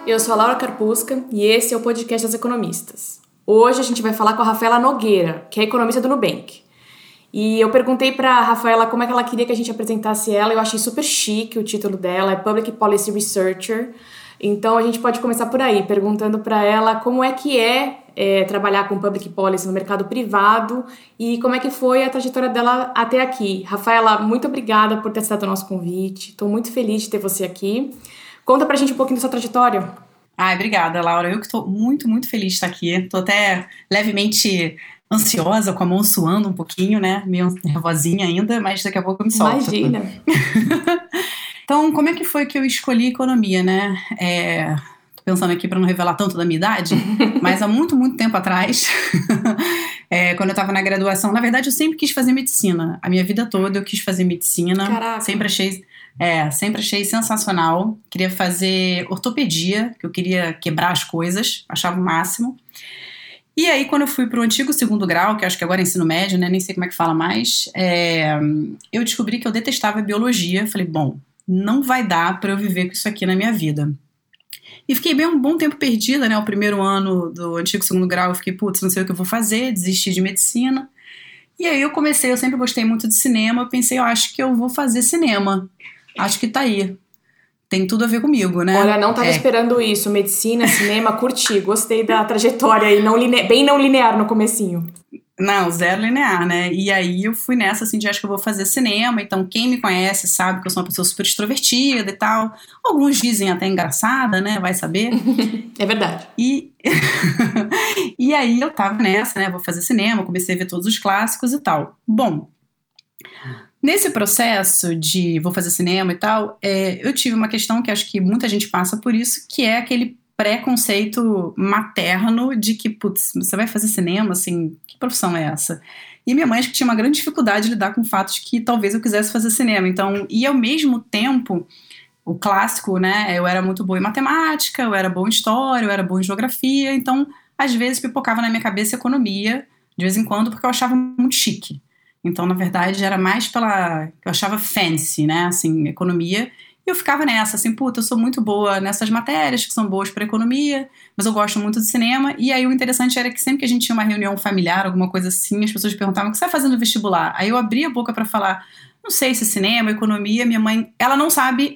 Eu sou a Laura Carpusca e esse é o podcast das economistas. Hoje a gente vai falar com a Rafaela Nogueira, que é economista do Nubank. E eu perguntei para a Rafaela como é que ela queria que a gente apresentasse ela. Eu achei super chique o título dela, é Public Policy Researcher. Então a gente pode começar por aí, perguntando para ela como é que trabalhar com Public Policy no mercado privado e como é que foi a trajetória dela até aqui. Rafaela, muito obrigada por ter aceitado o nosso convite. Estou muito feliz de ter você aqui. Conta pra gente um pouquinho da sua trajetória. Obrigada, Laura. Eu que estou muito, muito feliz de estar aqui. Estou até levemente ansiosa, com a mão suando um pouquinho, né? Meio nervosinha ainda, mas daqui a pouco eu me solto. Imagina! Então, como é que foi que eu escolhi economia, né? Tô pensando aqui para não revelar tanto da minha idade, mas há muito, muito tempo atrás, quando eu estava na graduação, na verdade eu sempre quis fazer medicina. A minha vida toda eu quis fazer medicina. Caraca! Sempre achei sensacional. Queria fazer ortopedia, que eu queria quebrar as coisas, achava o máximo. E aí, quando eu fui para o antigo segundo grau, que acho que agora é ensino médio, né? Nem sei como é que fala mais, eu descobri que eu detestava biologia. Falei, bom, não vai dar para eu viver com isso aqui na minha vida. E fiquei bem um bom tempo perdida, né? O primeiro ano do antigo segundo grau, eu fiquei, putz, não sei o que eu vou fazer, desisti de medicina. E aí eu sempre gostei muito de cinema, eu pensei, eu acho que eu vou fazer cinema. Acho que tá aí. Tem tudo a ver comigo, né? Olha, não tava esperando isso. Medicina, cinema, curti. Gostei da trajetória aí, bem não linear no comecinho. Não, zero linear, né? E aí eu fui nessa, assim, de acho que eu vou fazer cinema. Então, quem me conhece sabe que eu sou uma pessoa super extrovertida e tal. Alguns dizem até engraçada, né? Vai saber. É verdade. E aí eu tava nessa, né? Vou fazer cinema, comecei a ver todos os clássicos e tal. Bom, nesse processo de vou fazer cinema e tal, eu tive uma questão que acho que muita gente passa por isso, que é aquele preconceito materno de que, putz, você vai fazer cinema, assim, que profissão é essa? E minha mãe acho que tinha uma grande dificuldade de lidar com o fato de que talvez eu quisesse fazer cinema. Então, e ao mesmo tempo, o clássico, né, eu era muito boa em matemática, eu era boa em história, eu era boa em geografia, então, às vezes, pipocava na minha cabeça economia, de vez em quando, porque eu achava muito chique. Então, na verdade, era mais eu achava fancy, né, assim, economia. E eu ficava nessa, assim, puta, eu sou muito boa nessas matérias que são boas para economia, mas eu gosto muito de cinema. E aí o interessante era que sempre que a gente tinha uma reunião familiar, alguma coisa assim, as pessoas perguntavam, o que você vai fazer no vestibular? Aí eu abria a boca para falar, não sei se cinema, economia, minha mãe, ela não sabe.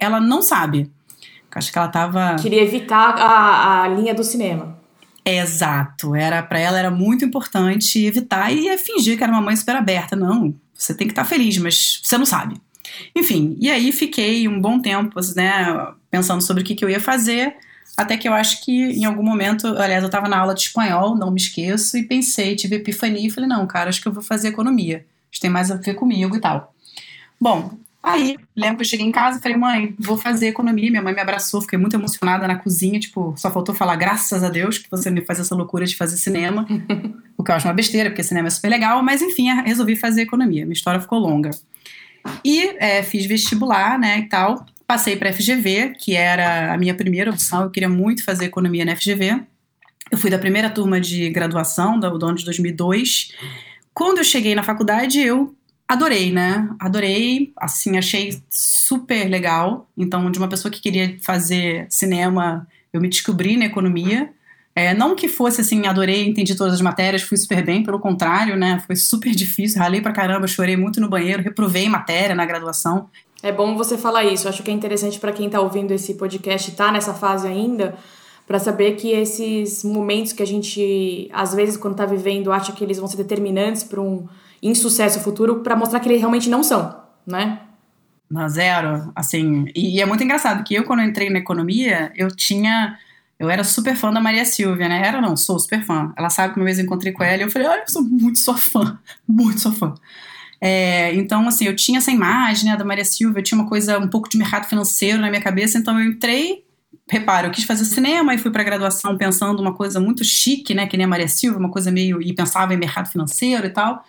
Eu acho que ela tava... Queria evitar a linha do cinema. Exato, pra ela era muito importante evitar e fingir que era uma mãe super aberta. Não, você tem que estar feliz, mas você não sabe. Enfim, e aí fiquei um bom tempo, né, pensando sobre o que eu ia fazer, até que eu acho que em algum momento, aliás, eu estava na aula de espanhol, não me esqueço, e pensei, tive epifania e falei, não, cara, acho que eu vou fazer economia, isso tem mais a ver comigo e tal. Bom, aí, lembro que eu cheguei em casa e falei, mãe, vou fazer economia. Minha mãe me abraçou, fiquei muito emocionada na cozinha, tipo, só faltou falar, graças a Deus que você me faz essa loucura de fazer cinema, o que eu acho uma besteira, porque cinema é super legal, mas enfim, resolvi fazer economia, minha história ficou longa. E fiz vestibular, né, e tal, passei para FGV, que era a minha primeira opção, eu queria muito fazer economia na FGV. Eu fui da primeira turma de graduação, do ano de 2002. Quando eu cheguei na faculdade, eu adorei, né? Adorei, assim, achei super legal. Então, de uma pessoa que queria fazer cinema, eu me descobri na economia. Não que fosse assim, adorei, entendi todas as matérias, fui super bem, pelo contrário, né? Foi super difícil, ralei pra caramba, chorei muito no banheiro, reprovei matéria na graduação. É bom você falar isso, acho que é interessante para quem tá ouvindo esse podcast e tá nessa fase ainda, para saber que esses momentos que a gente, às vezes, quando tá vivendo, acha que eles vão ser determinantes para um insucesso futuro, para mostrar que eles realmente não são, né? Na zero, assim, e é muito engraçado que quando eu entrei na economia, eu era super fã da Maria Silvia, né? Sou super fã. Ela sabe que uma vez eu encontrei com ela e eu falei, olha, eu sou muito sua fã, muito sua fã. Então, assim, eu tinha essa imagem, né, da Maria Silvia, eu tinha uma coisa, um pouco de mercado financeiro na minha cabeça, então eu entrei, repara, eu quis fazer cinema e fui pra graduação pensando uma coisa muito chique, né, que nem a Maria Silvia, uma coisa meio, e pensava em mercado financeiro e tal.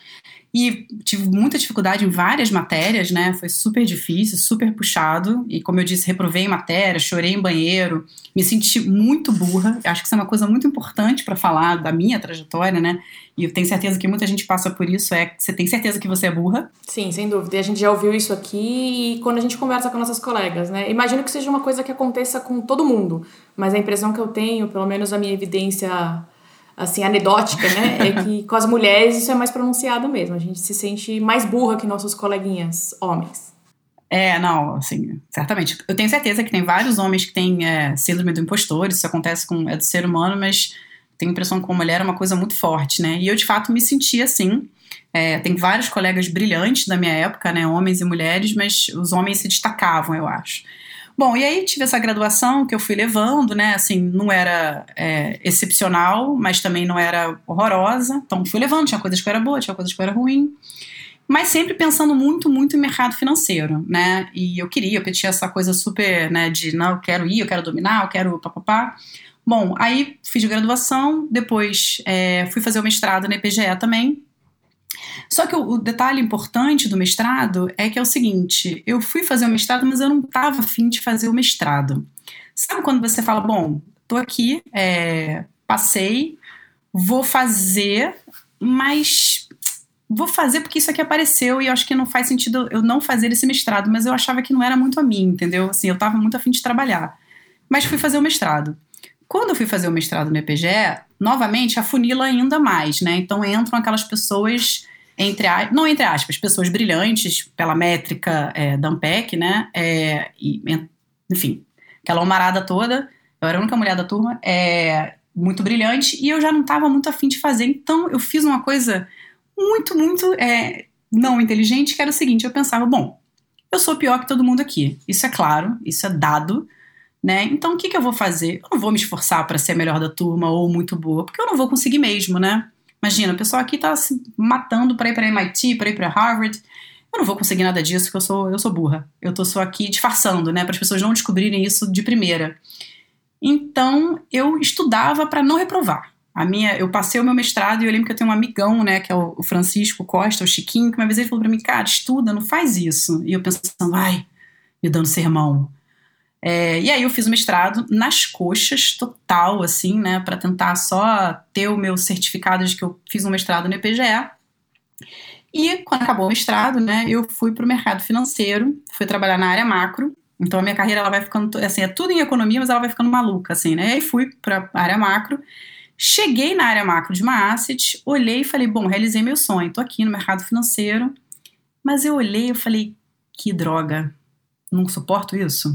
E tive muita dificuldade em várias matérias, né? Foi super difícil, super puxado. E como eu disse, reprovei em matéria, chorei em banheiro, me senti muito burra. Acho que isso é uma coisa muito importante para falar da minha trajetória, né? E eu tenho certeza que muita gente passa por isso, você tem certeza que você é burra? Sim, sem dúvida. E a gente já ouviu isso aqui e quando a gente conversa com nossas colegas, né? Imagino que seja uma coisa que aconteça com todo mundo, mas a impressão que eu tenho, pelo menos a minha evidência assim, anedótica, né, é que com as mulheres isso é mais pronunciado mesmo. A gente se sente mais burra que nossos coleguinhas homens. Não, assim, certamente. Eu tenho certeza que tem vários homens que têm síndrome do impostor, isso acontece do ser humano, mas tenho a impressão que com mulher é uma coisa muito forte, né? E eu, de fato, me senti assim. Tem vários colegas brilhantes da minha época, né, homens e mulheres, mas os homens se destacavam, eu acho. Bom, e aí tive essa graduação que eu fui levando, né, assim, não era excepcional, mas também não era horrorosa, então fui levando, tinha coisas que eu era boa, tinha coisas que eu era ruim, mas sempre pensando muito, muito em mercado financeiro, né, e eu tinha essa coisa super, né, de, não, eu quero ir, eu quero dominar, eu quero papapá. Bom, aí fiz graduação, depois fui fazer o mestrado na EPGE também. Só que o detalhe importante do mestrado é que é o seguinte, eu fui fazer o mestrado, mas eu não estava afim de fazer o mestrado. Sabe quando você fala, bom, tô aqui, passei, vou fazer, mas vou fazer porque isso aqui apareceu e eu acho que não faz sentido eu não fazer esse mestrado, mas eu achava que não era muito a mim, entendeu? Assim, eu estava muito afim de trabalhar. Mas fui fazer o mestrado. Quando eu fui fazer o mestrado no EPGE, novamente afunila ainda mais, né? Então entram aquelas pessoas, não entre aspas, pessoas brilhantes pela métrica da Ampec, né? Enfim, aquela homarada toda. Eu era a única mulher da turma, muito brilhante, e eu já não estava muito afim de fazer. Então eu fiz uma coisa muito, muito não inteligente, que era o seguinte, eu pensava, bom, eu sou pior que todo mundo aqui, isso é claro, isso é dado, né? Então o que eu vou fazer? Eu não vou me esforçar para ser a melhor da turma ou muito boa, porque eu não vou conseguir mesmo, né? Imagina, o pessoal aqui tá se matando para ir para MIT, para ir para Harvard. Eu não vou conseguir nada disso, porque eu sou burra. Eu tô só aqui disfarçando, né? Para as pessoas não descobrirem isso de primeira. Então eu estudava para não reprovar. Eu passei o meu mestrado e eu lembro que eu tenho um amigão, né, que é o Francisco Costa, o Chiquinho, que uma vez ele falou para mim, cara, estuda, não faz isso. E eu pensando, me dando sermão. E aí eu fiz o mestrado nas coxas, total, assim, né, para tentar só ter o meu certificado de que eu fiz um mestrado no EPGE. E quando acabou o mestrado, né, eu fui para o mercado financeiro, fui trabalhar na área macro. Então a minha carreira ela vai ficando, assim, é tudo em economia, mas ela vai ficando maluca, assim, né, e aí fui para a área macro. Cheguei na área macro de uma asset, olhei e falei, bom, realizei meu sonho, tô aqui no mercado financeiro. Mas eu olhei e falei, que droga, não suporto isso.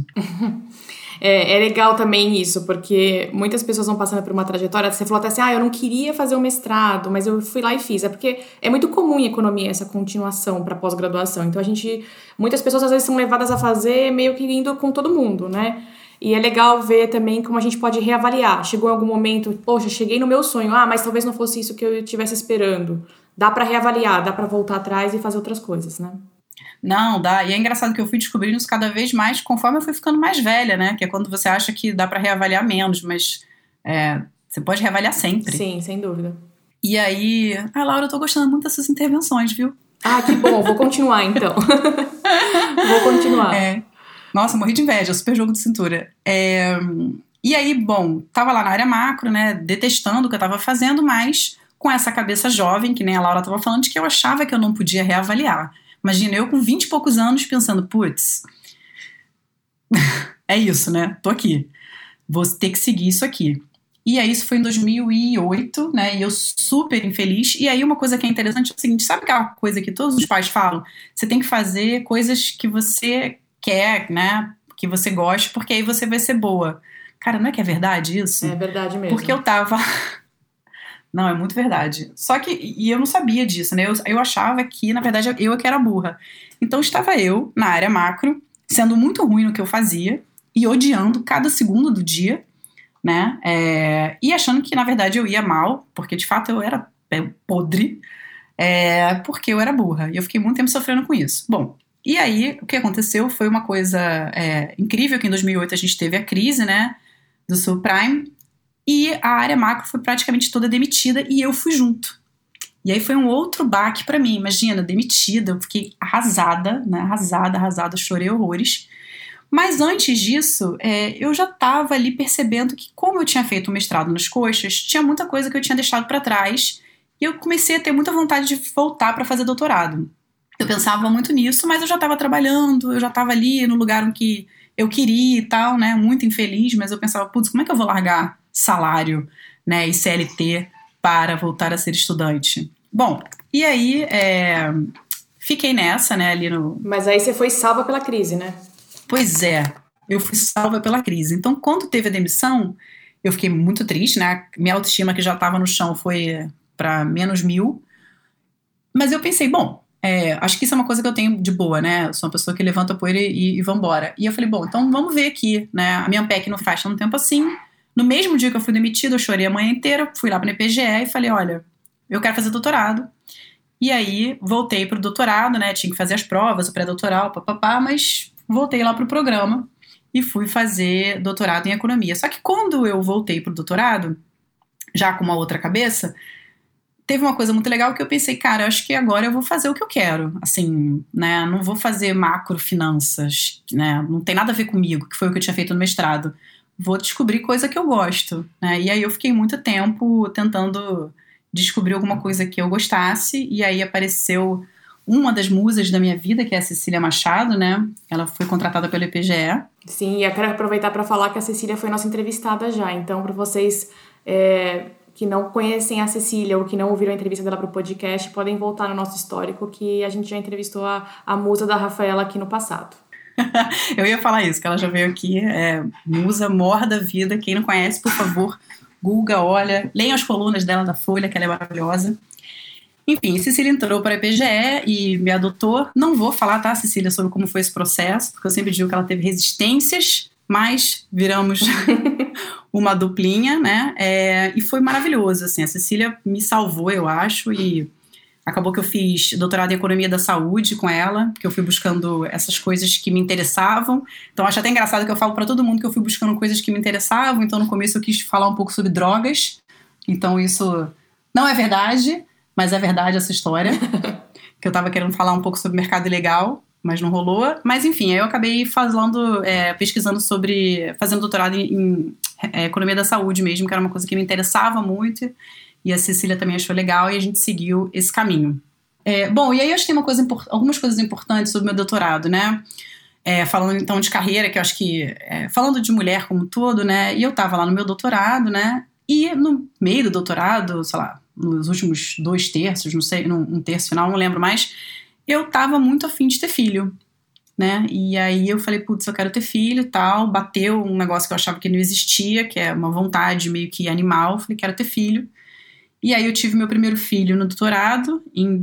É legal também isso, porque muitas pessoas vão passando por uma trajetória, você falou até assim, eu não queria fazer o mestrado, mas eu fui lá e fiz. É porque é muito comum em economia essa continuação para pós-graduação. Então muitas pessoas às vezes são levadas a fazer meio que indo com todo mundo, né? E é legal ver também como a gente pode reavaliar. Chegou em algum momento, poxa, cheguei no meu sonho, mas talvez não fosse isso que eu estivesse esperando. Dá para reavaliar, dá para voltar atrás e fazer outras coisas, né? Não, dá. E é engraçado que eu fui descobrindo isso cada vez mais conforme eu fui ficando mais velha, né? Que é quando você acha que dá pra reavaliar menos, mas você pode reavaliar sempre. Sim, sem dúvida. E aí... Laura, eu tô gostando muito dessas intervenções, viu? Que bom. Vou continuar, então. Vou continuar. Nossa, morri de inveja. Super jogo de cintura. E aí, bom, tava lá na área macro, né? Detestando o que eu tava fazendo, mas com essa cabeça jovem, que nem a Laura tava falando, de que eu achava que eu não podia reavaliar. Imagina, eu com 20 e poucos anos pensando, putz, é isso, né? Tô aqui. Vou ter que seguir isso aqui. E aí isso foi em 2008, né? E eu super infeliz. E aí uma coisa que é interessante é o seguinte, sabe aquela coisa que todos os pais falam? Você tem que fazer coisas que você quer, né? Que você goste, porque aí você vai ser boa. Cara, não é que é verdade isso? É verdade mesmo. Porque eu tava... Não, é muito verdade. Só que, e eu não sabia disso, né? Eu achava que, na verdade, eu que era burra. Então, estava eu, na área macro, sendo muito ruim no que eu fazia e odiando cada segundo do dia, né? E achando que, na verdade, eu ia mal, porque, de fato, eu era podre, porque eu era burra. E eu fiquei muito tempo sofrendo com isso. Bom, e aí, o que aconteceu foi uma coisa incrível, que em 2008 a gente teve a crise, né? Do subprime. E a área macro foi praticamente toda demitida e eu fui junto. E aí foi um outro baque pra mim, imagina, demitida, eu fiquei arrasada, né, arrasada, chorei horrores. Mas antes disso, eu já estava ali percebendo que, como eu tinha feito o mestrado nas coxas, tinha muita coisa que eu tinha deixado para trás e eu comecei a ter muita vontade de voltar para fazer doutorado. Eu pensava muito nisso, mas eu já estava trabalhando, eu já estava ali no lugar em que eu queria e tal, né, muito infeliz, mas eu pensava, putz, como é que eu vou largar salário, né, e CLT para voltar a ser estudante? Bom, e aí fiquei nessa, né, ali no... Mas aí você foi salva pela crise, né? Pois é, eu fui salva pela crise. Então, quando teve a demissão, eu fiquei muito triste, né? Minha autoestima, que já estava no chão, foi para -1000. Mas eu pensei, bom, acho que isso é uma coisa que eu tenho de boa, né? Eu sou uma pessoa que levanta a poeira e vambora. E eu falei, bom, então vamos ver aqui, né? A minha ANPEC não faz tanto tempo assim. No mesmo dia que eu fui demitida, eu chorei a manhã inteira, fui lá para o IPGE e falei, olha, eu quero fazer doutorado. E aí, voltei pro doutorado, né? Tinha que fazer as provas, o pré-doutoral, papapá, mas... voltei lá pro programa e fui fazer doutorado em economia. Só que quando eu voltei pro doutorado, já com uma outra cabeça, teve uma coisa muito legal que eu pensei, cara, acho que agora eu vou fazer o que eu quero. Assim, né, não vou fazer macrofinanças, né, não tem nada a ver comigo, que foi o que eu tinha feito no mestrado. Vou descobrir coisa que eu gosto, né, e aí eu fiquei muito tempo tentando descobrir alguma coisa que eu gostasse, e aí apareceu... uma das musas da minha vida, que é a Cecília Machado, né? Ela foi contratada pelo IPGE. Sim, e eu quero aproveitar para falar que a Cecília foi nossa entrevistada já. Então, para vocês que não conhecem a Cecília ou que não ouviram a entrevista dela para o podcast, podem voltar no nosso histórico, que a gente já entrevistou a musa da Rafaela aqui no passado. Eu ia falar isso, que ela já veio aqui, musa, mor da vida. Quem não conhece, por favor, Google, olha, leiam as colunas dela da Folha, que ela é maravilhosa. Enfim, Cecília entrou para a IPGE e me adotou. Não vou falar, tá, Cecília, sobre como foi esse processo, porque eu sempre digo que ela teve resistências, mas viramos uma duplinha, né? E foi maravilhoso, assim. A Cecília me salvou, eu acho, e acabou que eu fiz doutorado em Economia da Saúde com ela, porque eu fui buscando essas coisas que me interessavam. Então, acho até engraçado que eu falo para todo mundo que eu fui buscando coisas que me interessavam. Então, no começo eu quis falar um pouco sobre drogas. Então, isso não é verdade, mas é verdade essa história, que eu tava querendo falar um pouco sobre mercado ilegal, mas não rolou. Mas enfim, aí eu acabei pesquisando sobre, fazendo doutorado em economia da saúde mesmo, que era uma coisa que me interessava muito, e a Cecília também achou legal, e a gente seguiu esse caminho. Bom, e aí eu acho que tem algumas coisas importantes sobre o meu doutorado, né? Falando então de carreira, que eu acho que, falando de mulher como um todo, né? E eu tava lá no meu doutorado, né? E no meio do doutorado, sei lá, nos últimos 2 terços, não sei, um terço final, não lembro mais, eu tava muito afim de ter filho, né? E aí eu falei, putz, eu quero ter filho e tal. Bateu um negócio que eu achava que não existia, que é uma vontade meio que animal. Falei, quero ter filho. E aí eu tive meu primeiro filho no doutorado, em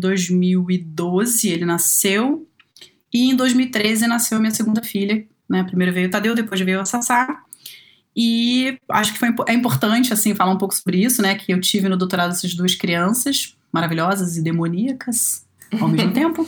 2012 ele nasceu, e em 2013 nasceu a minha segunda filha, né? Primeiro veio o Tadeu, depois veio a Sassá. E acho que é importante, assim, falar um pouco sobre isso, né? Que eu tive no doutorado essas 2 crianças maravilhosas e demoníacas ao mesmo tempo.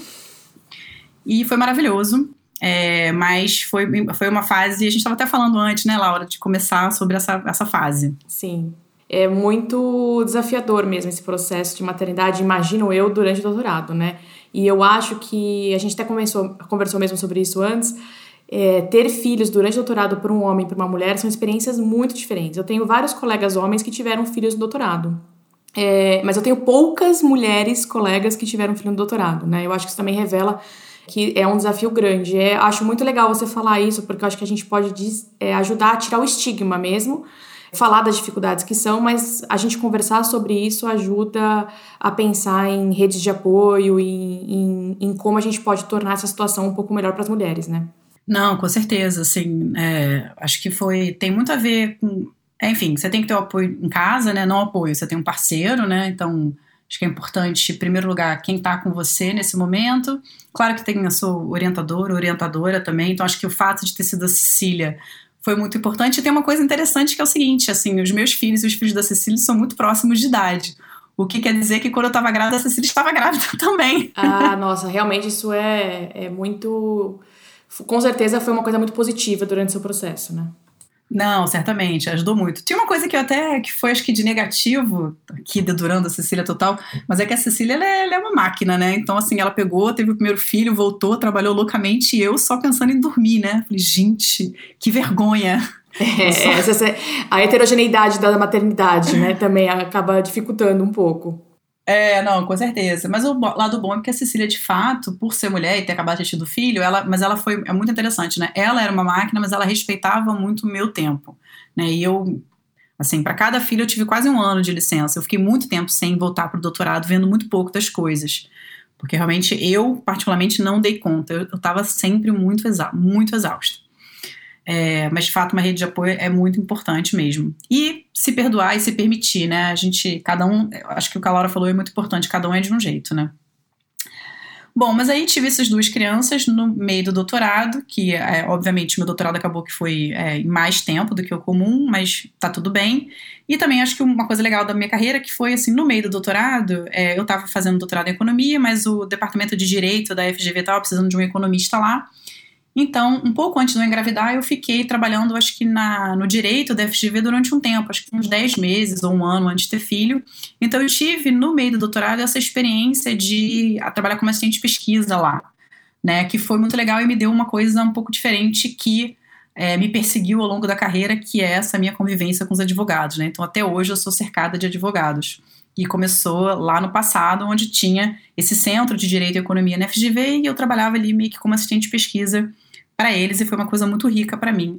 E foi maravilhoso. Mas foi uma fase... A gente estava até falando antes, né, Laura? De começar sobre essa fase. Sim. É muito desafiador mesmo esse processo de maternidade, imagino eu, durante o doutorado, né? E eu acho que... A gente até conversou mesmo sobre isso antes... ter filhos durante o doutorado por um homem e por uma mulher são experiências muito diferentes. Eu tenho vários colegas homens que tiveram filhos no doutorado. Mas eu tenho poucas mulheres colegas que tiveram filho no doutorado, né? Eu acho que isso também revela que é um desafio grande. Acho muito legal você falar isso, porque eu acho que a gente pode ajudar a tirar o estigma mesmo, falar das dificuldades que são, mas a gente conversar sobre isso ajuda a pensar em redes de apoio, em como a gente pode tornar essa situação um pouco melhor para as mulheres, né? Não, com certeza, assim, acho que tem muito a ver com, enfim, você tem que ter o apoio em casa, né, não apoio, você tem um parceiro, né, então acho que é importante, em primeiro lugar, quem tá com você nesse momento, claro que tem a sua orientadora também, então acho que o fato de ter sido a Cecília foi muito importante. E tem uma coisa interessante que é o seguinte, assim, os meus filhos e os filhos da Cecília são muito próximos de idade. O que quer dizer que quando eu estava grávida, a Cecília estava grávida também. Ah, nossa, realmente isso é muito... Com certeza foi uma coisa muito positiva durante o seu processo, né? Não, certamente, ajudou muito. Tinha uma coisa que eu até, que foi acho que de negativo, aqui dedurando a Cecília total, mas é que a Cecília, ela é uma máquina, né? Então, assim, ela pegou, teve o primeiro filho, voltou, trabalhou loucamente e eu só pensando em dormir, né? Falei, gente, que vergonha. A heterogeneidade da maternidade, né, também acaba dificultando um pouco. Não, com certeza. Mas o lado bom é que a Cecília, de fato, por ser mulher e ter acabado de ter tido filho, mas ela foi, é muito interessante, né? Ela era uma máquina, mas ela respeitava muito o meu tempo, né? E eu, assim, para cada filho eu tive quase 1 ano de licença. Eu fiquei muito tempo sem voltar pro doutorado, vendo muito pouco das coisas. Porque realmente eu, particularmente, não dei conta. Eu tava sempre muito exausta. Mas de fato uma rede de apoio é muito importante mesmo. E se perdoar e se permitir, né? A gente, cada um, acho que o que a Laura falou é muito importante, cada um é de um jeito, né? Bom, mas aí tive essas 2 crianças no meio do doutorado, que obviamente meu doutorado acabou que foi em mais tempo do que o comum, mas tá tudo bem. E também acho que uma coisa legal da minha carreira que foi assim, no meio do doutorado, eu tava fazendo doutorado em economia, mas o departamento de direito da FGV tava precisando de um economista lá. Então, um pouco antes de eu engravidar, eu fiquei trabalhando, acho que no direito da FGV durante um tempo, acho que uns 10 meses ou 1 ano antes de ter filho. Então, eu tive, no meio do doutorado, essa experiência de trabalhar como assistente de pesquisa lá, né, que foi muito legal e me deu uma coisa um pouco diferente que me perseguiu ao longo da carreira, que é essa minha convivência com os advogados, né. Então, até hoje, eu sou cercada de advogados. E começou lá no passado, onde tinha esse centro de Direito e Economia na FGV, e eu trabalhava ali meio que como assistente de pesquisa para eles, e foi uma coisa muito rica para mim.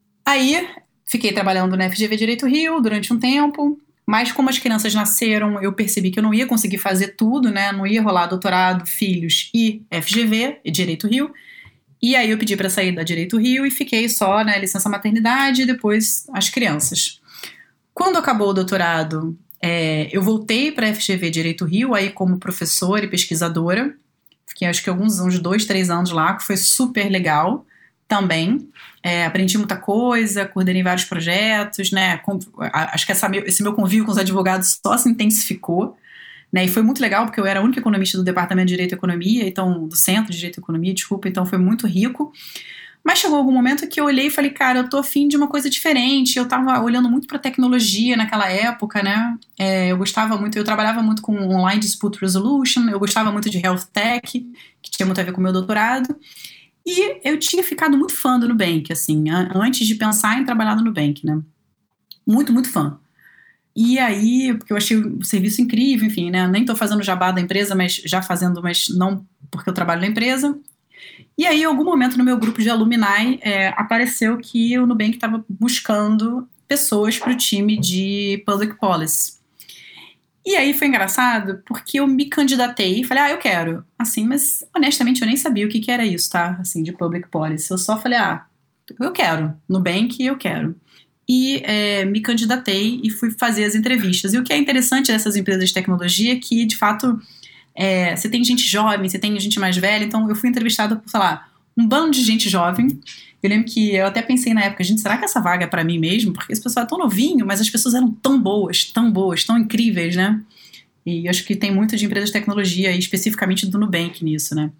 Aí, fiquei trabalhando na FGV Direito Rio durante um tempo, mas como as crianças nasceram, eu percebi que eu não ia conseguir fazer tudo, né? Não ia rolar doutorado, filhos e FGV, e Direito Rio. E aí eu pedi para sair da Direito Rio e fiquei só na licença maternidade e depois as crianças. Quando acabou o doutorado, eu voltei para a FGV Direito Rio, aí como professora e pesquisadora. Fiquei acho que uns 2, 3 anos lá, que foi super legal também. Aprendi muita coisa, coordenei vários projetos, né? Acho que esse meu convívio com os advogados só se intensificou, né? E foi muito legal, porque eu era a única economista do Departamento de Direito e Economia, então, do Centro de Direito e Economia, desculpa, então foi muito rico. Mas chegou algum momento que eu olhei e falei, cara, eu tô afim de uma coisa diferente. Eu tava olhando muito pra tecnologia naquela época, né? Eu gostava muito, eu trabalhava muito com Online Dispute Resolution, eu gostava muito de Health Tech, que tinha muito a ver com o meu doutorado. E eu tinha ficado muito fã do Nubank, assim, antes de pensar em trabalhar no Nubank, né? Muito, muito fã. E aí, porque eu achei o serviço incrível, enfim, né? Nem tô fazendo jabá da empresa, mas já fazendo, mas não porque eu trabalho na empresa. E aí, em algum momento no meu grupo de alumni, apareceu que o Nubank estava buscando pessoas para o time de Public Policy. E aí foi engraçado, porque eu me candidatei e falei, eu quero. Assim, mas honestamente eu nem sabia o que era isso, tá? Assim, de Public Policy. Eu só falei, eu quero. Nubank, eu quero. E me candidatei e fui fazer as entrevistas. E o que é interessante dessas empresas de tecnologia é que, de fato, você tem gente jovem, você tem gente mais velha. Então eu fui entrevistada por, sei lá, um bando de gente jovem. Eu lembro que eu até pensei na época, gente, será que essa vaga é pra mim mesmo? Porque esse pessoal é tão novinho, mas as pessoas eram tão boas, tão incríveis, né? E eu acho que tem muito de empresas de tecnologia, e especificamente do Nubank nisso, né?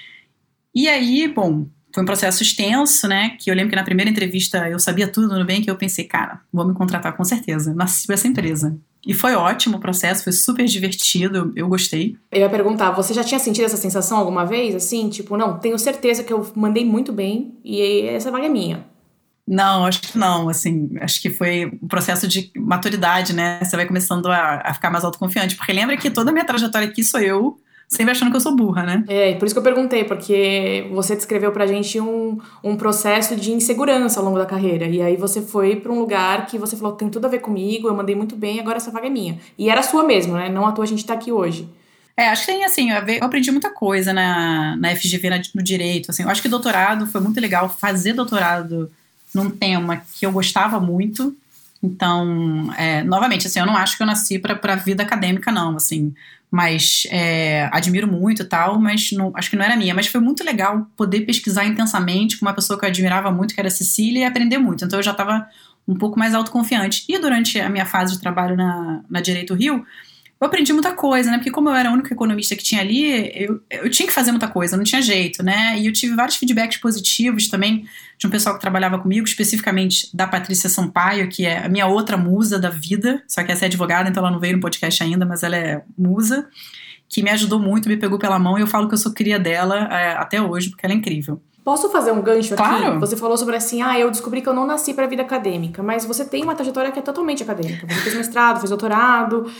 E aí, bom, foi um processo extenso, né? Que eu lembro que na primeira entrevista eu sabia tudo do Nubank e eu pensei, cara, vou me contratar com certeza. Nasci pra essa empresa. E foi ótimo o processo, foi super divertido, eu gostei. Eu ia perguntar, você já tinha sentido essa sensação alguma vez? Assim, tipo, não, tenho certeza que eu mandei muito bem e essa vaga é minha. Não, acho que não, assim, acho que foi um processo de maturidade, né? Você vai começando a ficar mais autoconfiante, porque lembra que toda a minha trajetória aqui sou eu, sempre achando que eu sou burra, né? Por isso que eu perguntei, porque você descreveu pra gente um processo de insegurança ao longo da carreira. E aí você foi pra um lugar que você falou, tem tudo a ver comigo, eu mandei muito bem, agora essa vaga é minha. E era sua mesmo, né? Não à toa a gente tá aqui hoje. Acho que tem, assim, eu aprendi muita coisa na FGV, no direito, assim. Eu acho que doutorado foi muito legal, fazer doutorado num tema que eu gostava muito. Então, novamente, assim, eu não acho que eu nasci pra vida acadêmica, não, assim. Mas admiro muito e tal, mas não, acho que não era minha. Mas foi muito legal poder pesquisar intensamente com uma pessoa que eu admirava muito, que era a Cecília, e aprender muito. Então eu já estava um pouco mais autoconfiante. E durante a minha fase de trabalho na Direito Rio, eu aprendi muita coisa, né? Porque como eu era a única economista que tinha ali, eu tinha que fazer muita coisa, não tinha jeito, né? E eu tive vários feedbacks positivos também de um pessoal que trabalhava comigo, especificamente da Patrícia Sampaio, que é a minha outra musa da vida, só que essa é advogada, então ela não veio no podcast ainda, mas ela é musa, que me ajudou muito, me pegou pela mão, e eu falo que eu sou cria dela até hoje, porque ela é incrível. Posso fazer um gancho aqui? Claro. Você falou sobre assim, eu descobri que eu não nasci para a vida acadêmica, mas você tem uma trajetória que é totalmente acadêmica. Você fez mestrado, fez doutorado,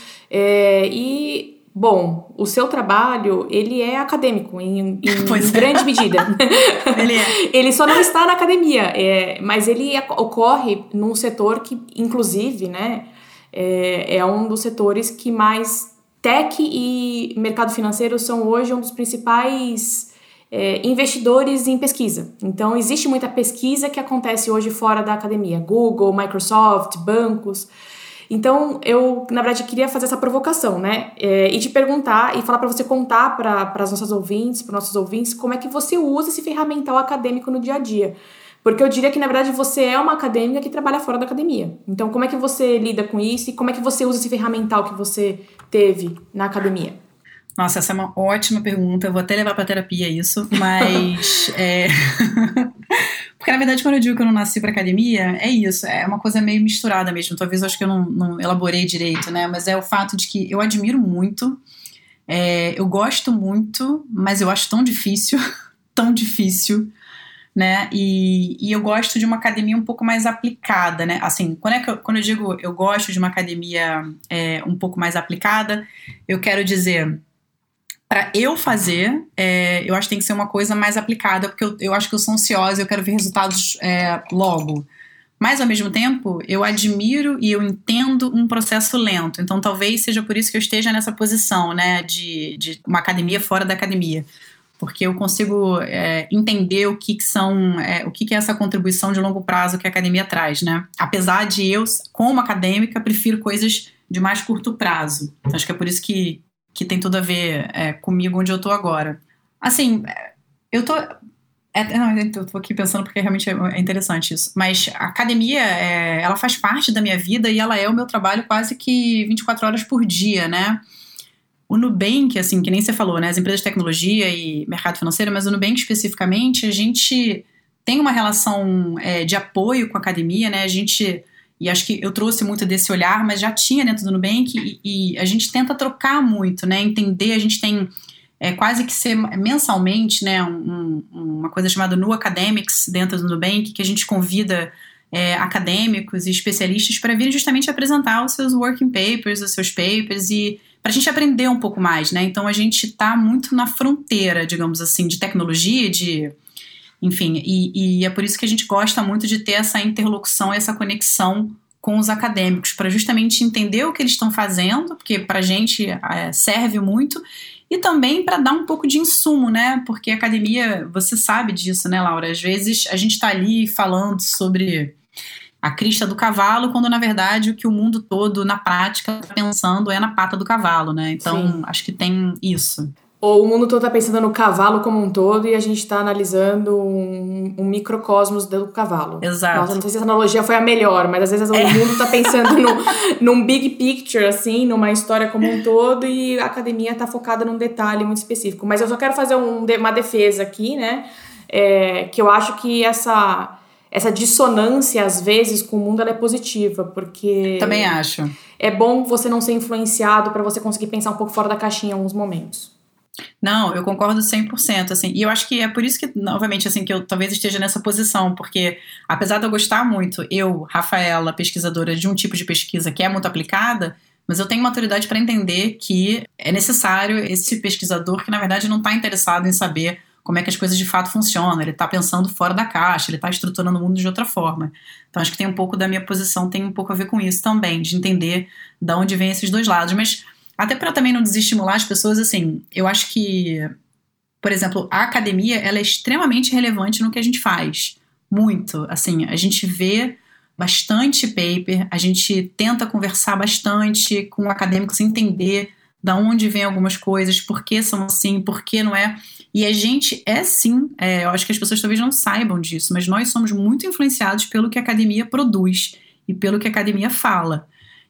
bom, o seu trabalho, ele é acadêmico em grande medida. Ele é. Ele só não está na academia, mas ele ocorre num setor que, inclusive, né, é um dos setores que mais tech e mercado financeiro são hoje um dos principais investidores em pesquisa. Então, existe muita pesquisa que acontece hoje fora da academia. Google, Microsoft, bancos. Então, eu, na verdade, queria fazer essa provocação, né? E te perguntar e falar para você contar para as nossas ouvintes, para nossos ouvintes, como é que você usa esse ferramental acadêmico no dia a dia. Porque eu diria que, na verdade, você é uma acadêmica que trabalha fora da academia. Então, como é que você lida com isso e como é que você usa esse ferramental que você teve na academia? Nossa, essa é uma ótima pergunta. Eu vou até levar pra terapia isso, mas... Porque, na verdade, quando eu digo que eu não nasci pra academia, é isso. É uma coisa meio misturada mesmo. Talvez eu acho que eu não elaborei direito, né? Mas é o fato de que eu admiro muito, eu gosto muito, mas eu acho tão difícil, tão difícil, né? E eu gosto de uma academia um pouco mais aplicada, né? Assim, quando eu digo eu gosto de uma academia um pouco mais aplicada, eu quero dizer... Para eu fazer, eu acho que tem que ser uma coisa mais aplicada, porque eu acho que eu sou ansiosa e eu quero ver resultados logo. Mas, ao mesmo tempo, eu admiro e eu entendo um processo lento. Então, talvez seja por isso que eu esteja nessa posição, né, de uma academia fora da academia. Porque eu consigo entender o que é essa contribuição de longo prazo que a academia traz, né? Apesar de eu, como acadêmica, prefiro coisas de mais curto prazo. Então, acho que é por isso que tem tudo a ver comigo onde eu tô agora. Assim, eu tô aqui pensando porque realmente é interessante isso. Mas a academia, ela faz parte da minha vida e ela é o meu trabalho quase que 24 horas por dia, né? O Nubank, assim, que nem você falou, né? As empresas de tecnologia e mercado financeiro, mas o Nubank especificamente, a gente tem uma relação de apoio com a academia, né? E acho que eu trouxe muito desse olhar, mas já tinha dentro do Nubank e a gente tenta trocar muito, né? Entender, a gente tem quase que ser mensalmente, né? Uma coisa chamada Nu Academics dentro do Nubank, que a gente convida acadêmicos e especialistas para virem justamente apresentar os seus working papers, os seus papers e para a gente aprender um pouco mais, né? Então a gente está muito na fronteira, digamos assim, de tecnologia, enfim, e é por isso que a gente gosta muito de ter essa interlocução, essa conexão com os acadêmicos, para justamente entender o que eles estão fazendo, porque para a gente serve muito, e também para dar um pouco de insumo, né? Porque a academia, você sabe disso, né, Laura? Às vezes a gente está ali falando sobre a crista do cavalo, quando na verdade o que o mundo todo, na prática, está pensando na pata do cavalo, né? Então, sim, acho que tem isso. Ou o mundo todo está pensando no cavalo como um todo e a gente está analisando um microcosmos do cavalo. Exato. Nossa, não sei se essa analogia foi a melhor, mas às vezes o mundo está pensando num big picture, assim, numa história como um todo e a academia está focada num detalhe muito específico. Mas eu só quero fazer uma defesa aqui, né? Que eu acho que essa dissonância, às vezes, com o mundo, ela é positiva, porque... Também acho. É bom você não ser influenciado para você conseguir pensar um pouco fora da caixinha em alguns momentos. Não, eu concordo 100%, assim, e eu acho que é por isso que, novamente, assim, que eu talvez esteja nessa posição, porque apesar de eu gostar muito, eu, Rafaela, pesquisadora de um tipo de pesquisa que é muito aplicada, mas eu tenho maturidade para entender que é necessário esse pesquisador que, na verdade, não está interessado em saber como é que as coisas de fato funcionam, ele está pensando fora da caixa, ele está estruturando o mundo de outra forma. Então, acho que tem um pouco da minha posição, tem um pouco a ver com isso também, de entender de onde vem esses dois lados, mas... Até para também não desestimular as pessoas, assim, eu acho que, por exemplo, a academia, ela é extremamente relevante no que a gente faz. Muito, assim, a gente vê bastante paper, a gente tenta conversar bastante com acadêmicos, entender de onde vem algumas coisas, por que são assim, por que não é. E a gente sim, eu acho que as pessoas talvez não saibam disso, mas nós somos muito influenciados pelo que a academia produz e pelo que a academia fala.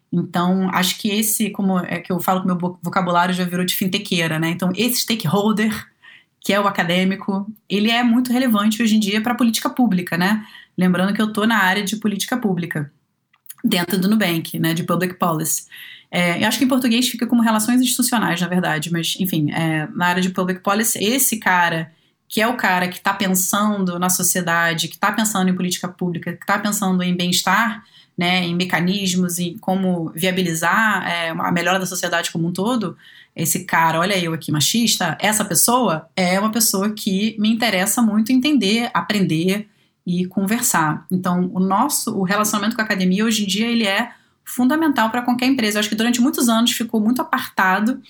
Então, acho que esse, como é que eu falo que meu vocabulário já virou de fintequeira, né? Então, esse stakeholder, que é o acadêmico, ele é muito relevante hoje em dia para a política pública, né? Lembrando que eu estou na área de política pública, dentro do Nubank, né? De public policy. Eu acho que em português fica como relações institucionais, na verdade, mas, enfim, na área de public policy, esse cara, que é o cara que está pensando na sociedade, que está pensando em política pública, que está pensando em bem-estar, né, em mecanismos, em como viabilizar a melhora da sociedade como um todo, esse cara, olha eu aqui machista, essa pessoa é uma pessoa que me interessa muito entender, aprender e conversar. Então, o relacionamento com a academia, hoje em dia, ele é fundamental para qualquer empresa. Eu acho que durante muitos anos ficou muito apartado,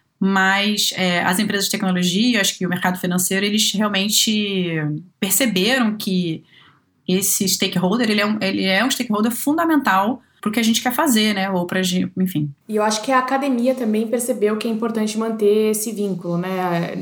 mas as empresas de tecnologia, acho que o mercado financeiro, eles realmente perceberam que esse stakeholder, ele é um stakeholder fundamental para o que a gente quer fazer, né? Ou para, enfim. E eu acho que a academia também percebeu que é importante manter esse vínculo, né?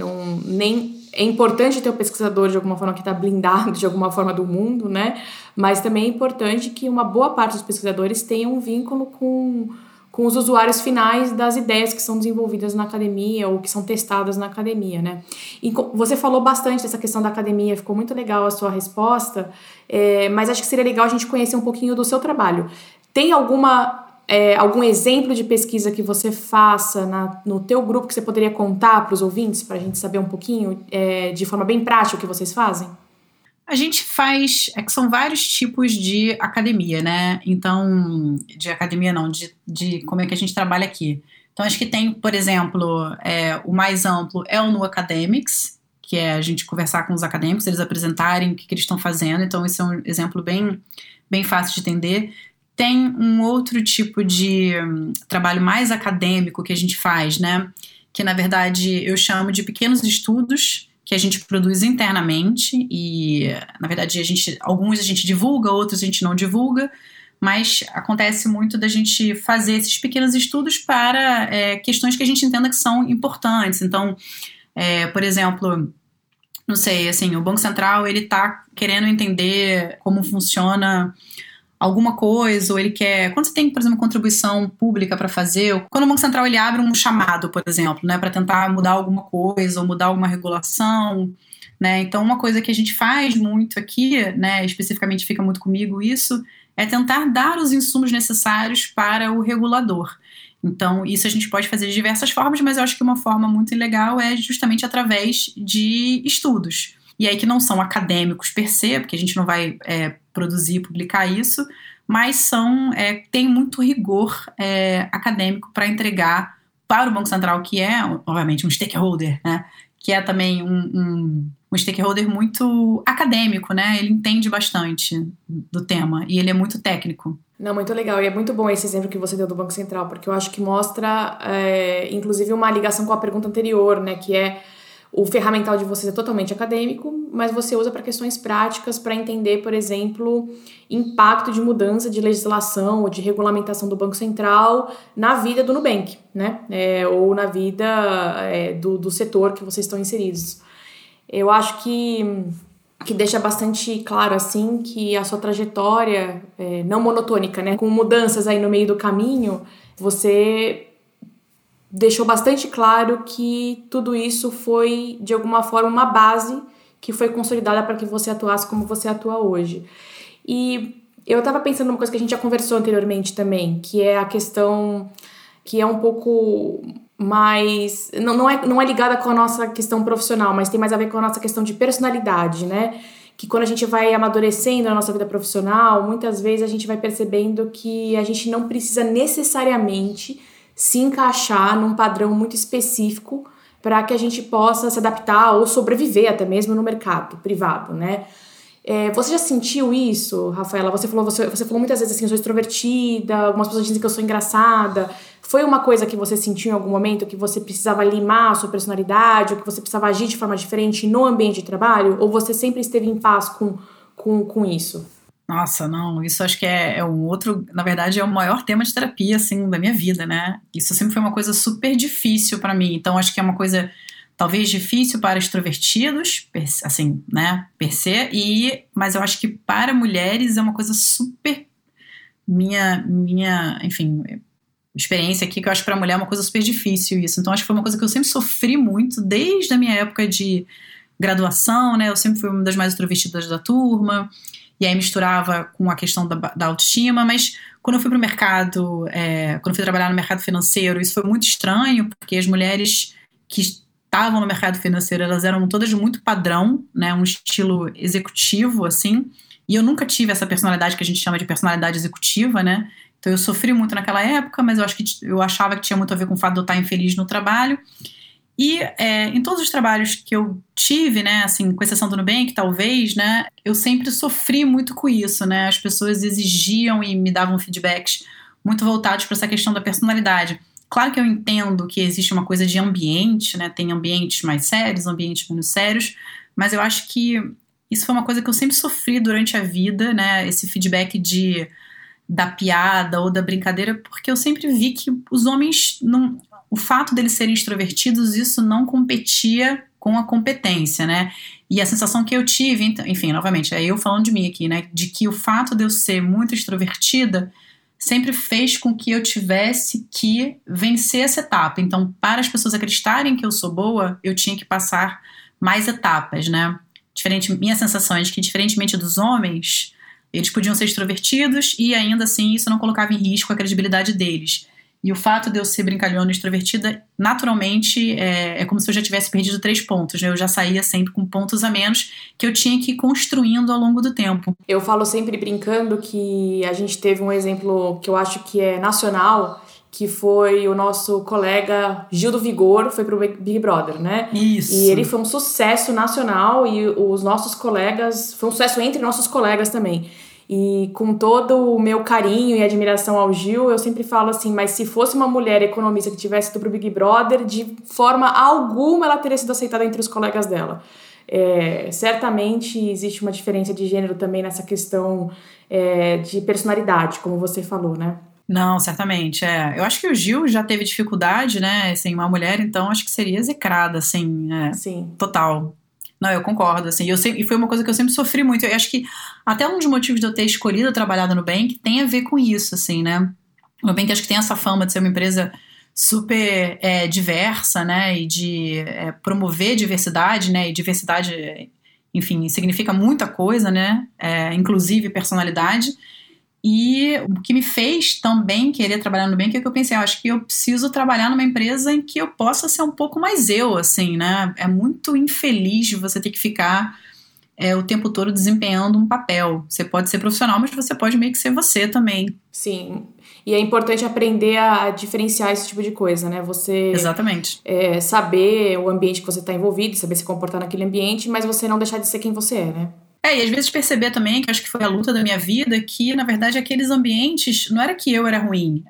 É importante ter o pesquisador de alguma forma que está blindado de alguma forma do mundo, né? Mas também é importante que uma boa parte dos pesquisadores tenham um vínculo com os usuários finais das ideias que são desenvolvidas na academia ou que são testadas na academia, né? E você falou bastante dessa questão da academia, ficou muito legal a sua resposta, mas acho que seria legal a gente conhecer um pouquinho do seu trabalho. Tem algum exemplo de pesquisa que você faça no teu grupo que você poderia contar para os ouvintes, para a gente saber um pouquinho, de forma bem prática, o que vocês fazem? A gente faz, que são vários tipos de academia, né? Então, de academia não, de como é que a gente trabalha aqui. Então, acho que tem, por exemplo, o mais amplo é o No Academics, que é a gente conversar com os acadêmicos, eles apresentarem o que eles estão fazendo. Então, esse é um exemplo bem, bem fácil de entender. Tem um outro tipo de trabalho mais acadêmico que a gente faz, né? Que, na verdade, eu chamo de pequenos estudos que a gente produz internamente e, na verdade, alguns a gente divulga, outros a gente não divulga, mas acontece muito da gente fazer esses pequenos estudos para questões que a gente entenda que são importantes. Então, por exemplo, não sei, assim, o Banco Central, ele está querendo entender como funciona alguma coisa, ou ele quer... Quando você tem, por exemplo, contribuição pública para fazer, quando o Banco Central ele abre um chamado, por exemplo, né, para tentar mudar alguma coisa ou mudar alguma regulação, né, então uma coisa que a gente faz muito aqui, né, especificamente fica muito comigo isso, é tentar dar os insumos necessários para o regulador. Então, isso a gente pode fazer de diversas formas, mas eu acho que uma forma muito legal é justamente através de estudos. E aí que não são acadêmicos per se, porque a gente não vai produzir e publicar isso, mas tem muito rigor acadêmico para entregar para o Banco Central, que é, obviamente, um stakeholder, né? Que é também um stakeholder muito acadêmico, né? Ele entende bastante do tema e ele é muito técnico. Não, muito legal. E é muito bom esse exemplo que você deu do Banco Central, porque eu acho que mostra, inclusive, uma ligação com a pergunta anterior, né? Que é o ferramental de vocês é totalmente acadêmico, mas você usa para questões práticas para entender, por exemplo, impacto de mudança de legislação ou de regulamentação do Banco Central na vida do Nubank, né? Ou na vida do setor que vocês estão inseridos. Eu acho que deixa bastante claro, assim, que a sua trajetória não monotônica, né? Com mudanças aí no meio do caminho, você deixou bastante claro que tudo isso foi, de alguma forma, uma base que foi consolidada para que você atuasse como você atua hoje. E eu estava pensando numa coisa que a gente já conversou anteriormente também, que é a questão que é um pouco mais... Não é ligada com a nossa questão profissional, mas tem mais a ver com a nossa questão de personalidade, né? Que quando a gente vai amadurecendo na nossa vida profissional, muitas vezes a gente vai percebendo que a gente não precisa necessariamente se encaixar num padrão muito específico para que a gente possa se adaptar ou sobreviver até mesmo no mercado privado, né? Você já sentiu isso, Rafaela? Você falou muitas vezes assim, eu sou extrovertida, algumas pessoas dizem que eu sou engraçada. Foi uma coisa que você sentiu em algum momento, que você precisava limar a sua personalidade, ou que você precisava agir de forma diferente no ambiente de trabalho? Ou você sempre esteve em paz com isso? Nossa, não, isso acho que é um outro, na verdade é o maior tema de terapia, assim, da minha vida, né? Isso sempre foi uma coisa super difícil para mim, então acho que é uma coisa talvez difícil para extrovertidos, assim, né, per se, mas eu acho que para mulheres é uma coisa super enfim, experiência aqui, que eu acho que pra mulher é uma coisa super difícil isso. Então acho que foi uma coisa que eu sempre sofri muito desde a minha época de graduação, né? Eu sempre fui uma das mais extrovertidas da turma, e aí misturava com a questão da autoestima, mas quando eu fui pro mercado, quando eu fui trabalhar no mercado financeiro, isso foi muito estranho, porque as mulheres que estavam no mercado financeiro, elas eram todas muito padrão, né? Um estilo executivo, assim, e eu nunca tive essa personalidade que a gente chama de personalidade executiva, né? Então eu sofri muito naquela época, mas eu achava que tinha muito a ver com o fato de eu estar infeliz no trabalho. E em todos os trabalhos que eu tive, né, assim, com exceção do Nubank, talvez, né, eu sempre sofri muito com isso, né, as pessoas exigiam e me davam feedbacks muito voltados para essa questão da personalidade. Claro que eu entendo que existe uma coisa de ambiente, né, tem ambientes mais sérios, ambientes menos sérios, mas eu acho que isso foi uma coisa que eu sempre sofri durante a vida, né, esse feedback da piada ou da brincadeira, porque eu sempre vi que os homens não... O fato deles serem extrovertidos, isso não competia com a competência, né? E a sensação que eu tive, então, enfim, novamente, é eu falando de mim aqui, né? De que o fato de eu ser muito extrovertida sempre fez com que eu tivesse que vencer essa etapa. Então, para as pessoas acreditarem que eu sou boa, eu tinha que passar mais etapas, né? Minha sensação é de que, diferentemente dos homens, eles podiam ser extrovertidos e ainda assim isso não colocava em risco a credibilidade deles. E o fato de eu ser brincalhona e extrovertida, naturalmente, é como se eu já tivesse perdido 3 pontos, né? Eu já saía sempre com pontos a menos que eu tinha que ir construindo ao longo do tempo. Eu falo sempre brincando que a gente teve um exemplo que eu acho que é nacional, que foi o nosso colega Gil do Vigor, foi pro Big Brother, né? Isso. E ele foi um sucesso nacional e os nossos colegas... Foi um sucesso entre nossos colegas também. E com todo o meu carinho e admiração ao Gil, eu sempre falo assim, mas se fosse uma mulher economista que tivesse ido pro Big Brother, de forma alguma ela teria sido aceitada entre os colegas dela. Certamente existe uma diferença de gênero também nessa questão de personalidade, como você falou, né? Não, certamente, Eu acho que o Gil já teve dificuldade, né, sem uma mulher, então acho que seria execrada, assim, Sim. Total. Não, eu concordo, assim, e foi uma coisa que eu sempre sofri muito. Eu acho que até um dos motivos de eu ter escolhido trabalhar no Nubank tem a ver com isso, assim, né? O Nubank acho que tem essa fama de ser uma empresa super diversa, né? E de promover diversidade, né? E diversidade, enfim, significa muita coisa, né? Inclusive personalidade. E o que me fez também querer trabalhar no Nubank é que eu pensei, acho que eu preciso trabalhar numa empresa em que eu possa ser um pouco mais eu, assim, né? É muito infeliz você ter que ficar o tempo todo desempenhando um papel. Você pode ser profissional, mas você pode meio que ser você também. Sim, e é importante aprender a diferenciar esse tipo de coisa, né? Você Exatamente. Saber o ambiente que você está envolvido, saber se comportar naquele ambiente, mas você não deixar de ser quem você é, né? E às vezes perceber também, que acho que foi a luta da minha vida, que na verdade aqueles ambientes, não era que eu era ruim,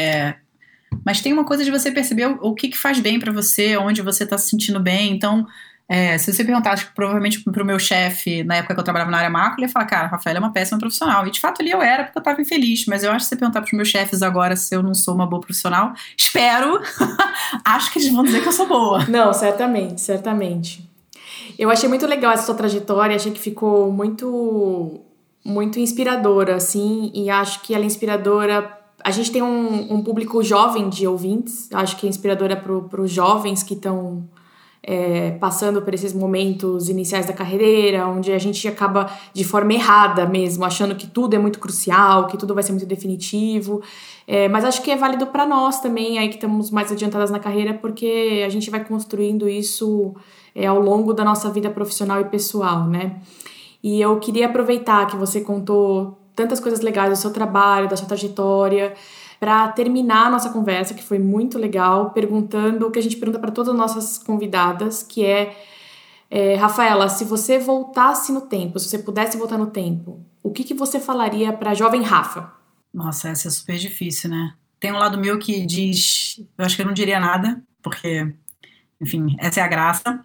mas tem uma coisa de você perceber o que faz bem pra você, onde você tá se sentindo bem. Então, se você perguntasse provavelmente pro meu chefe, na época que eu trabalhava na área macro, ele ia falar, cara, a Rafaela é uma péssima profissional. E de fato ali eu era, porque eu tava infeliz. Mas eu acho que se você perguntar pros meus chefes agora se eu não sou uma boa profissional, espero, acho que eles vão dizer que eu sou boa. Não, certamente, certamente. Eu achei muito legal essa sua trajetória, achei que ficou muito, muito inspiradora, assim, e acho que ela é inspiradora. A gente tem um público jovem de ouvintes, acho que é inspiradora para os jovens que estão passando por esses momentos iniciais da carreira, onde a gente acaba de forma errada mesmo, achando que tudo é muito crucial, que tudo vai ser muito definitivo. Mas acho que é válido para nós também, aí que estamos mais adiantadas na carreira, porque a gente vai construindo isso ao longo da nossa vida profissional e pessoal, né? E eu queria aproveitar que você contou tantas coisas legais do seu trabalho, da sua trajetória, para terminar a nossa conversa, que foi muito legal, perguntando o que a gente pergunta para todas as nossas convidadas, que Rafaela, se você voltasse no tempo, se você pudesse voltar no tempo, o que você falaria para a jovem Rafa? Nossa, essa é super difícil, né? Tem um lado meu que diz, eu acho que eu não diria nada, porque, enfim, essa é a graça.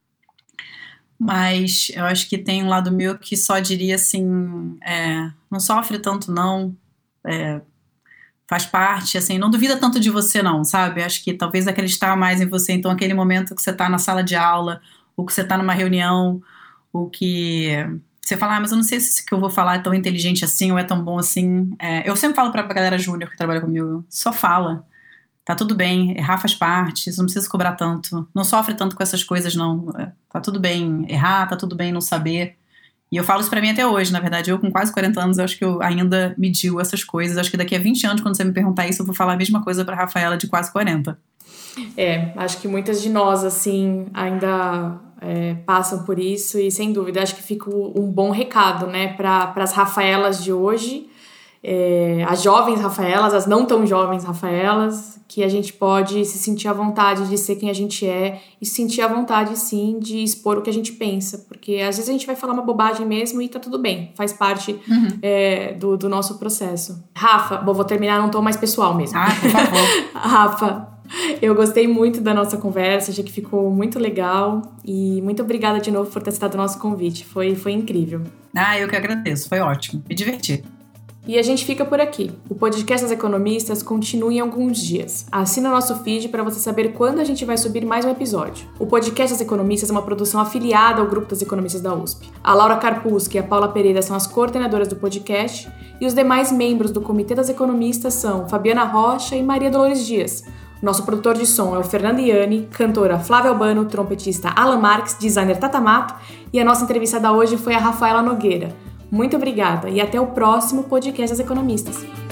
Mas eu acho que tem um lado meu que só diria assim, não sofre tanto não, faz parte, assim, não duvida tanto de você não, sabe? Acho que talvez acreditar mais em você, então aquele momento que você tá na sala de aula, ou que você tá numa reunião, ou que você fala, mas eu não sei se isso que eu vou falar é tão inteligente assim, ou é tão bom assim. Eu sempre falo pra galera júnior que trabalha comigo, só fala. Tá tudo bem, errar faz parte, você não precisa cobrar tanto, não sofre tanto com essas coisas, não. Tá tudo bem errar, tá tudo bem não saber. E eu falo isso pra mim até hoje, na verdade, eu com quase 40 anos, eu acho que eu ainda mediu essas coisas. Acho que daqui a 20 anos, quando você me perguntar isso, eu vou falar a mesma coisa pra Rafaela de quase 40. Acho que muitas de nós, assim, ainda passam por isso e, sem dúvida, acho que fica um bom recado, né, para as Rafaelas de hoje, as jovens Rafaelas, as não tão jovens Rafaelas, que a gente pode se sentir à vontade de ser quem a gente é e sentir à vontade, sim, de expor o que a gente pensa, porque às vezes a gente vai falar uma bobagem mesmo e tá tudo bem, faz parte do nosso processo. Rafa, vou terminar num tom mais pessoal mesmo. Por favor. Rafa, eu gostei muito da nossa conversa, achei que ficou muito legal e muito obrigada de novo por ter aceitado o nosso convite, foi incrível. Eu que agradeço, foi ótimo, me diverti. E a gente fica por aqui. O podcast das economistas continua em alguns dias. Assina o nosso feed para você saber quando a gente vai subir mais um episódio. O podcast das economistas é uma produção afiliada ao grupo das economistas da USP. A Laura Carpuschi e a Paula Pereira são as coordenadoras do podcast e os demais membros do comitê das economistas são Fabiana Rocha e Maria Dolores Dias. Nosso produtor de som é o Fernando Iani, cantora Flávia Albano, trompetista Alan Marques, designer Tata Mato e a nossa entrevistada hoje foi a Rafaela Nogueira. Muito obrigada e até o próximo podcast das economistas.